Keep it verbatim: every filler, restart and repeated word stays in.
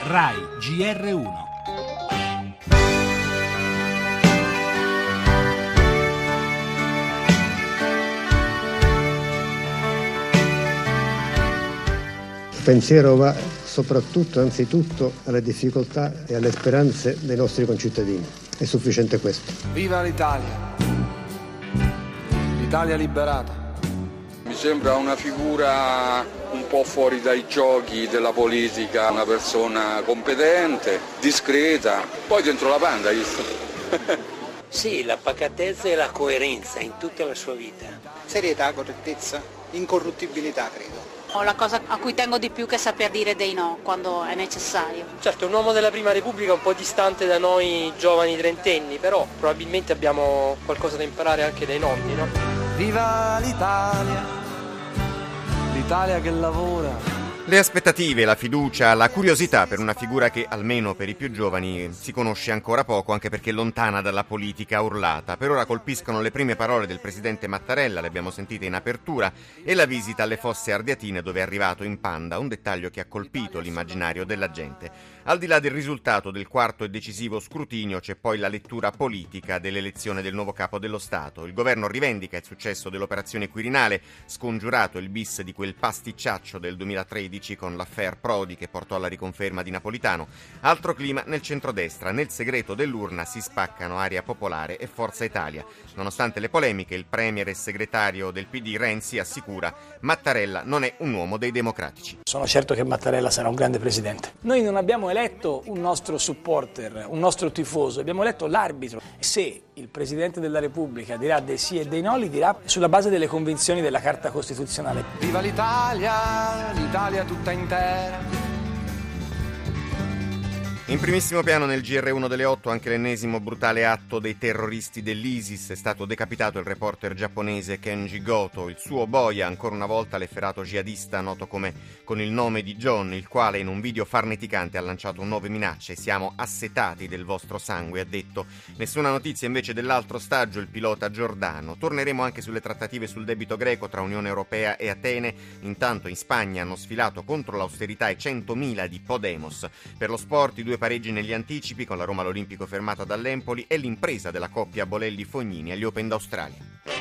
Rai G R uno. Il pensiero va soprattutto, anzitutto, alle difficoltà e alle speranze dei nostri concittadini. È sufficiente questo. Viva l'Italia! L'Italia liberata! Mi sembra una figura un po' fuori dai giochi della politica, una persona competente, discreta, poi dentro la panda, visto? Sì, la pacatezza e la coerenza in tutta la sua vita. Serietà, correttezza, incorruttibilità, credo. La cosa a cui tengo di più che saper dire dei no quando è necessario. Certo, è un uomo della Prima Repubblica un po' distante da noi giovani trentenni, però probabilmente abbiamo qualcosa da imparare anche dai nonni, no? Viva l'Italia! L'Italia che lavora! Le aspettative, la fiducia, la curiosità per una figura che, almeno per i più giovani, si conosce ancora poco, anche perché lontana dalla politica urlata. Per ora colpiscono le prime parole del presidente Mattarella, le abbiamo sentite in apertura, e la visita alle Fosse Ardeatine dove è arrivato in Panda, un dettaglio che ha colpito l'immaginario della gente. Al di là del risultato del quarto e decisivo scrutinio c'è poi la lettura politica dell'elezione del nuovo capo dello Stato. Il governo rivendica il successo dell'operazione Quirinale, scongiurato il bis di quel pasticciaccio del duemilatredici con l'affaire Prodi che portò alla riconferma di Napolitano. Altro clima nel centrodestra. Nel segreto dell'urna si spaccano Area Popolare e Forza Italia. Nonostante le polemiche, il premier e segretario del P D Renzi assicura: Mattarella non è un uomo dei democratici. Sono certo che Mattarella sarà un grande presidente. Noi non abbiamo eletto un nostro supporter, un nostro tifoso, abbiamo eletto l'arbitro. Se il Presidente della Repubblica dirà dei sì e dei no, li dirà sulla base delle convenzioni della Carta Costituzionale. Viva l'Italia! L'Italia tutta intera! In primissimo piano nel G R uno delle otto anche l'ennesimo brutale atto dei terroristi dell'ISIS. È stato decapitato il reporter giapponese Kenji Goto, il suo boia, ancora una volta l'efferato jihadista noto come con il nome di John, il quale in un video farneticante ha lanciato nuove minacce. Siamo assetati del vostro sangue, ha detto. Nessuna notizia invece dell'altro ostaggio, il pilota Giordano. Torneremo anche sulle trattative sul debito greco tra Unione Europea e Atene. Intanto in Spagna hanno sfilato contro l'austerità i centomila di Podemos. Per lo sport i due pareggi negli anticipi con la Roma all'Olimpico fermata dall'Empoli e l'impresa della coppia Bolelli-Fognini agli Open d'Australia.